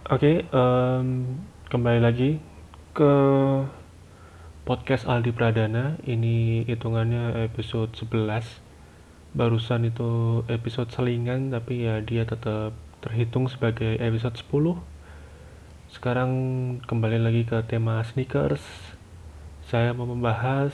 Oke, kembali lagi ke podcast Aldi Pradana. Ini hitungannya episode 11. Barusan itu episode selingan, tapi ya dia tetap terhitung sebagai episode 10. Sekarang kembali lagi ke tema sneakers. Saya mau membahas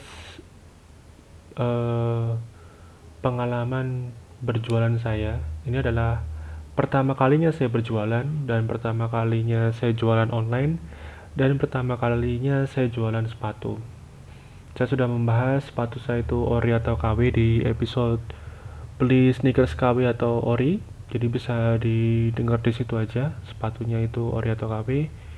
eh, pengalaman berjualan saya. Ini adalah pertama kalinya saya berjualan, dan pertama kalinya saya jualan online, dan pertama kalinya saya jualan sepatu. Saya sudah membahas sepatu saya itu ori atau KW di episode beli sneakers KW atau ori. Jadi bisa didengar di situ aja sepatunya itu ori atau KW.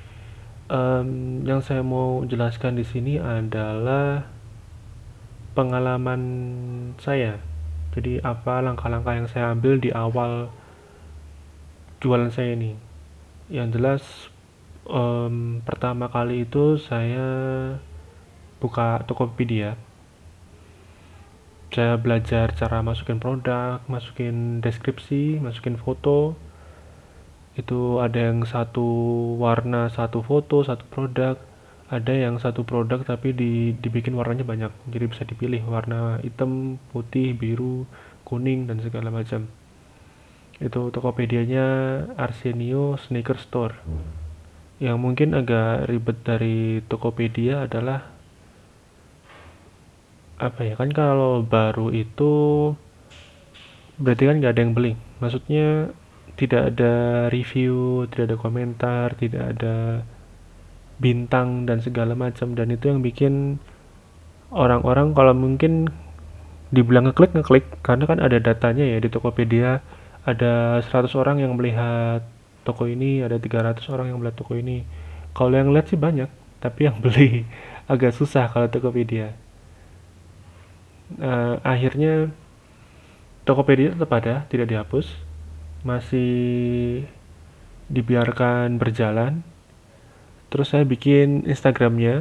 Yang saya mau jelaskan di sini adalah pengalaman saya. Jadi apa langkah-langkah yang saya ambil di awal jualan saya ini. Yang jelas pertama kali itu saya buka Tokopedia. Saya belajar cara masukin produk, masukin deskripsi, masukin foto. Itu ada yang satu warna, satu foto, satu produk. Ada yang satu produk tapi dibikin warnanya banyak. Jadi bisa dipilih warna hitam, putih, biru, kuning, dan segala macam. Itu Tokopedia-nya Arsenio Sneaker Store. Yang mungkin agak ribet dari Tokopedia adalah apa ya, kan kalau baru itu berarti kan nggak ada yang beli, maksudnya tidak ada review, tidak ada komentar, tidak ada bintang dan segala macam, dan itu yang bikin orang-orang kalau mungkin dibilang ngeklik ngeklik karena kan ada datanya ya di Tokopedia. Ada 100 orang yang melihat toko ini, ada 300 orang yang melihat toko ini. Kalau yang lihat sih banyak, tapi yang beli agak susah kalau Tokopedia. Akhirnya Tokopedia tetap ada, tidak dihapus, masih dibiarkan berjalan. Terus saya bikin Instagramnya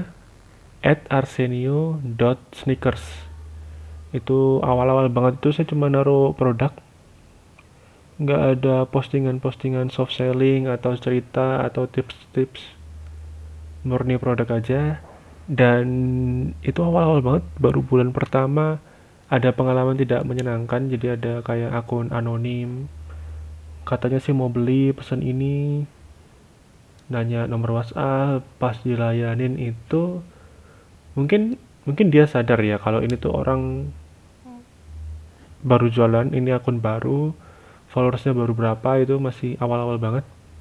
@arsenio.sneakers. Itu awal-awal banget itu saya cuma naruh produk, nggak ada postingan-postingan soft selling atau cerita atau tips-tips, murni produk aja. Dan itu awal-awal banget, baru bulan pertama ada pengalaman tidak menyenangkan. Jadi ada kayak akun anonim, katanya sih mau beli pesan ini, nanya nomor WhatsApp. Pas dilayanin itu mungkin mungkin dia sadar ya kalau ini tuh orang baru jualan, ini akun baru, followersnya baru berapa, itu masih awal-awal banget.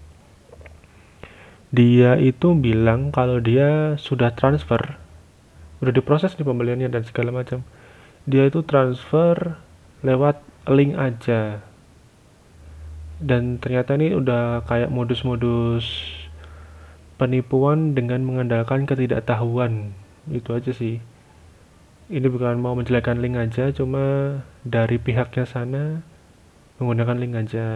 Dia itu bilang kalau dia sudah transfer, udah diproses nih pembeliannya dan segala macam. Dia itu transfer lewat link aja, dan ternyata ini udah kayak modus-modus penipuan dengan mengandalkan ketidaktahuan. Itu aja sih, ini bukan mau menjelekkan link aja, cuma dari pihaknya sana menggunakan link aja.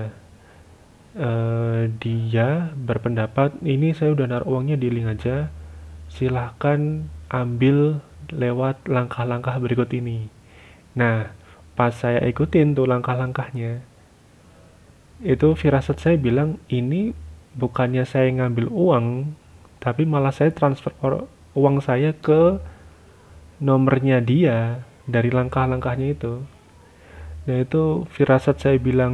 Dia berpendapat ini saya udah naruh uangnya di link aja, silahkan ambil lewat langkah-langkah berikut ini. Nah, pas saya ikutin tuh langkah-langkahnya, itu firasat saya bilang ini bukannya saya ngambil uang, tapi malah saya transfer uang saya ke nomornya dia dari langkah-langkahnya itu. Nah, itu firasat saya bilang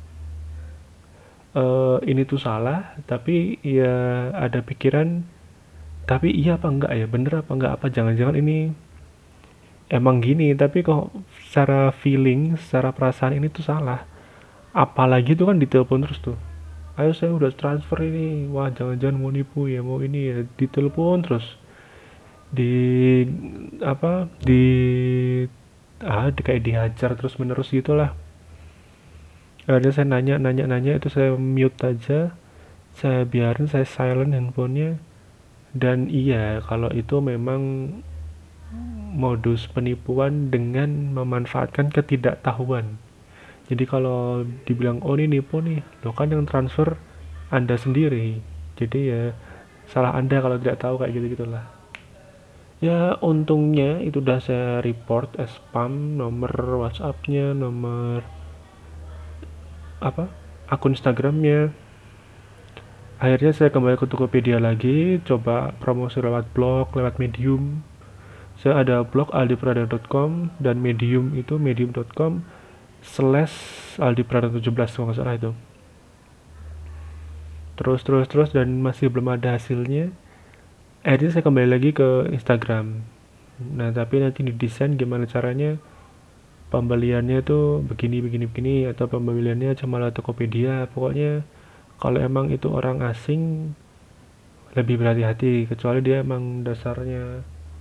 ini tuh salah, tapi ya ada pikiran, tapi iya apa enggak ya, bener apa enggak, apa jangan-jangan ini emang gini, tapi kok secara feeling, secara perasaan ini tuh salah. Apalagi tuh kan ditelepon terus tuh, ayo saya udah transfer ini, wah jangan-jangan mau nipu ya, mau ini ya, ditelepon terus, di apa, kayak dihajar terus menerus gitulah. Akhirnya saya nanya nanya nanya, itu saya mute aja, saya biarin, saya silent handphonenya. Dan iya, kalau itu memang modus penipuan dengan memanfaatkan ketidaktahuan. Jadi kalau dibilang oh ini nipu nih, lo kan yang transfer Anda sendiri. Jadi ya salah Anda kalau tidak tahu, kayak gitu gitulah. Ya untungnya itu udah saya report as spam, nomor WhatsAppnya, nomor apa, akun Instagramnya. Akhirnya saya kembali ke Tokopedia lagi, coba promosi lewat blog, lewat Medium. Saya ada blog aldiprada.com dan Medium itu medium.com/aldiprada17 kalau nggak salah itu. Terus dan masih belum ada hasilnya. Akhirnya saya kembali lagi ke Instagram. Nah, tapi nanti didesain gimana caranya pembeliannya tuh begini atau pembeliannya cuma lewat Tokopedia. Pokoknya kalau emang itu orang asing lebih berhati-hati, kecuali dia emang dasarnya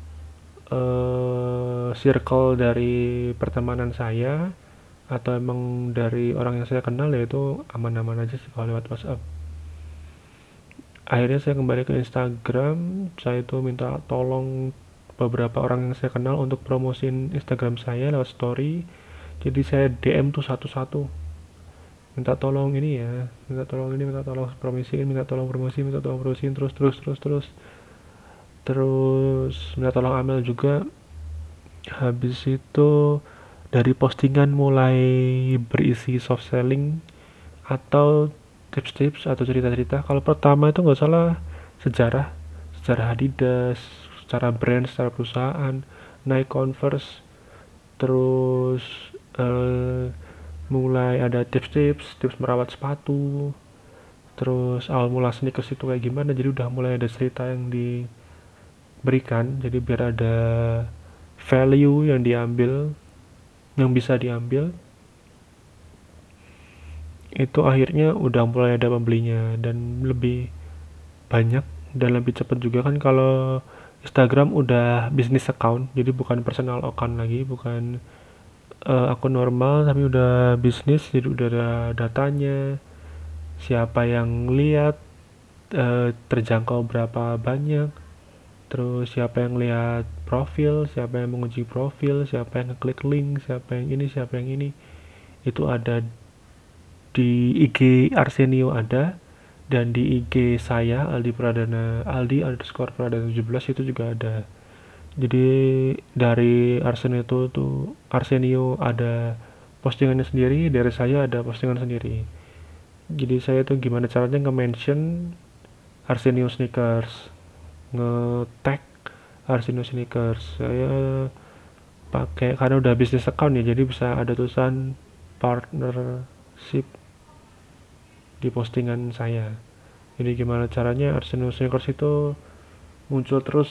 circle dari pertemanan saya atau emang dari orang yang saya kenal, ya itu aman-aman aja sih kalau lewat WhatsApp. Akhirnya saya kembali ke Instagram, saya itu minta tolong beberapa orang yang saya kenal untuk promosiin Instagram saya lewat story. Jadi saya DM tuh satu-satu, minta tolong ini ya, minta tolong ini, minta tolong promosiin, minta tolong promosi, minta tolong promosiin, terus minta tolong Amel juga. Habis itu dari postingan mulai berisi soft selling atau tips-tips atau cerita-cerita. Kalau pertama itu nggak salah sejarah, sejarah Adidas, secara brand, secara perusahaan, Nike, Converse, terus mulai ada tips-tips, tips merawat sepatu, terus awal mula sneakers itu kayak gimana. Jadi udah mulai ada cerita yang diberikan, jadi biar ada value yang diambil, yang bisa diambil. Itu akhirnya udah mulai ada pembelinya dan lebih banyak dan lebih cepat juga kan. Kalau Instagram udah business account, jadi bukan personal account lagi, bukan akun normal, tapi udah bisnis, jadi udah ada datanya, siapa yang lihat, terjangkau berapa banyak, terus siapa yang lihat profil, siapa yang mengunjungi profil, siapa yang ngeklik link, siapa yang ini, siapa yang ini. Itu ada di IG Arsenio ada, dan di IG saya Aldi Pradana, Aldi_Pradana 17 itu juga ada. Jadi dari Arsenio ada postingannya sendiri, dari saya ada postingan sendiri. Jadi saya tuh gimana caranya nge-mention Arsenio Sneakers, nge-tag Arsenio Sneakers. Saya pakai karena udah bisnis account ya, jadi bisa ada tulisan partnership di postingan saya. Jadi gimana caranya Arsenio Sneakers itu muncul terus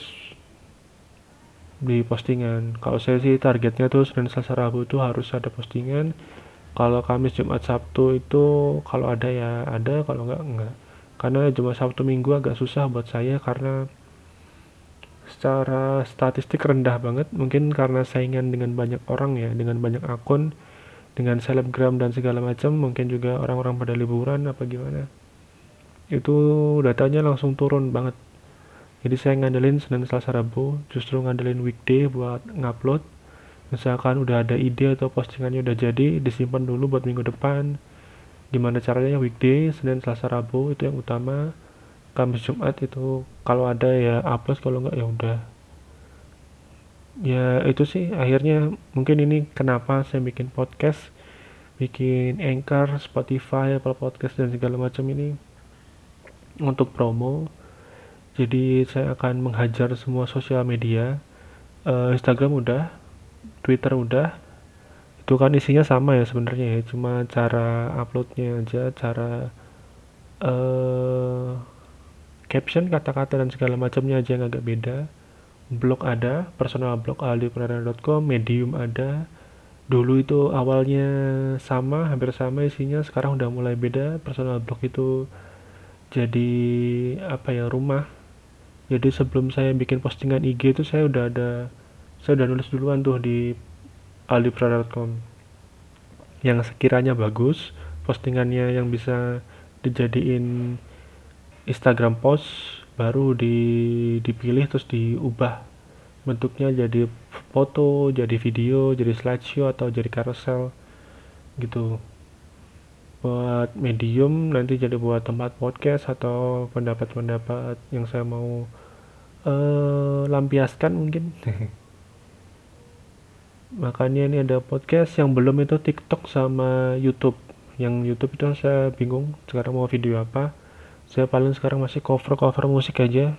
di postingan. Kalau saya sih targetnya tuh Senin Selasa Rabu itu harus ada postingan. Kalau Kamis Jumat Sabtu itu kalau ada ya ada, kalau enggak. Karena Jumat Sabtu Minggu agak susah buat saya karena secara statistik rendah banget. Mungkin karena saingan dengan banyak orang ya, dengan banyak akun, dengan selebgram dan segala macam. Mungkin juga orang-orang pada liburan apa gimana. Itu datanya langsung turun banget. Jadi saya ngandelin Senin Selasa Rabu, justru ngandelin weekday buat ngupload. Misalkan udah ada ide atau postingannya udah jadi, disimpan dulu buat minggu depan. Gimana caranya weekday, Senin Selasa Rabu itu yang utama. Kamis Jumat itu kalau ada ya upload, kalau enggak ya udah. Ya itu sih akhirnya mungkin ini kenapa saya bikin podcast, bikin Anchor, Spotify, Apple Podcast dan segala macam ini untuk promo. Jadi saya akan menghajar semua sosial media. Instagram udah, Twitter udah. Itu kan isinya sama ya sebenarnya ya, cuma cara uploadnya aja, cara caption, kata-kata dan segala macamnya aja yang agak beda. Blog ada, personal blog aldiprana.com, Medium ada. Dulu itu awalnya sama, hampir sama isinya, sekarang udah mulai beda. Personal blog itu jadi apa ya, rumah. Jadi sebelum saya bikin postingan IG itu saya udah nulis duluan tuh di aldiprana.com yang sekiranya bagus, postingannya yang bisa dijadiin Instagram post, baru dipilih terus diubah bentuknya jadi foto, jadi video, jadi slideshow atau jadi carousel gitu. Buat Medium nanti jadi buat tempat podcast atau pendapat-pendapat yang saya mau lampiaskan mungkin. Makanya ini ada podcast, yang belum itu TikTok sama YouTube. Yang YouTube itu saya bingung sekarang mau video apa. Saya paling sekarang masih cover musik aja.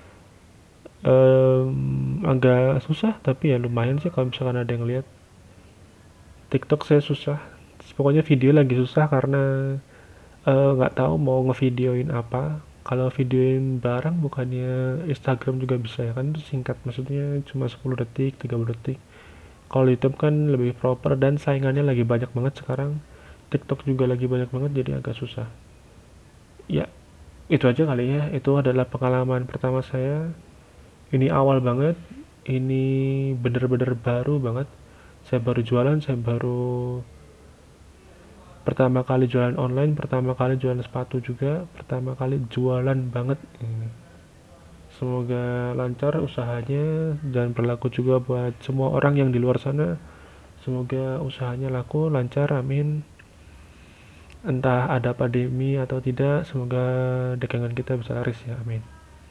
Agak susah tapi ya lumayan sih kalau misalkan ada yang lihat. TikTok saya susah, pokoknya video lagi susah karena nggak tahu mau ngevideoin apa. Kalau videoin barang bukannya Instagram juga bisa ya kan, itu singkat, maksudnya cuma 10 detik 30 detik. Kalau YouTube kan lebih proper dan saingannya lagi banyak banget sekarang. TikTok juga lagi banyak banget, jadi agak susah. Ya, itu aja kali ya. Itu adalah pengalaman pertama saya. Ini awal banget. Ini bener-bener baru banget. Saya baru jualan, saya baru pertama kali jualan online, pertama kali jualan sepatu juga, pertama kali jualan banget ini. Semoga lancar usahanya dan berlaku juga buat semua orang yang di luar sana. Semoga usahanya laku, lancar, amin. Entah ada pandemi atau tidak, semoga dagangan kita bisa laris ya, amin.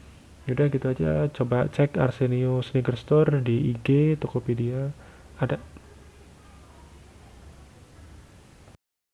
Yaudah gitu aja, coba cek Arsenio Sneaker Store di IG, Tokopedia, ada.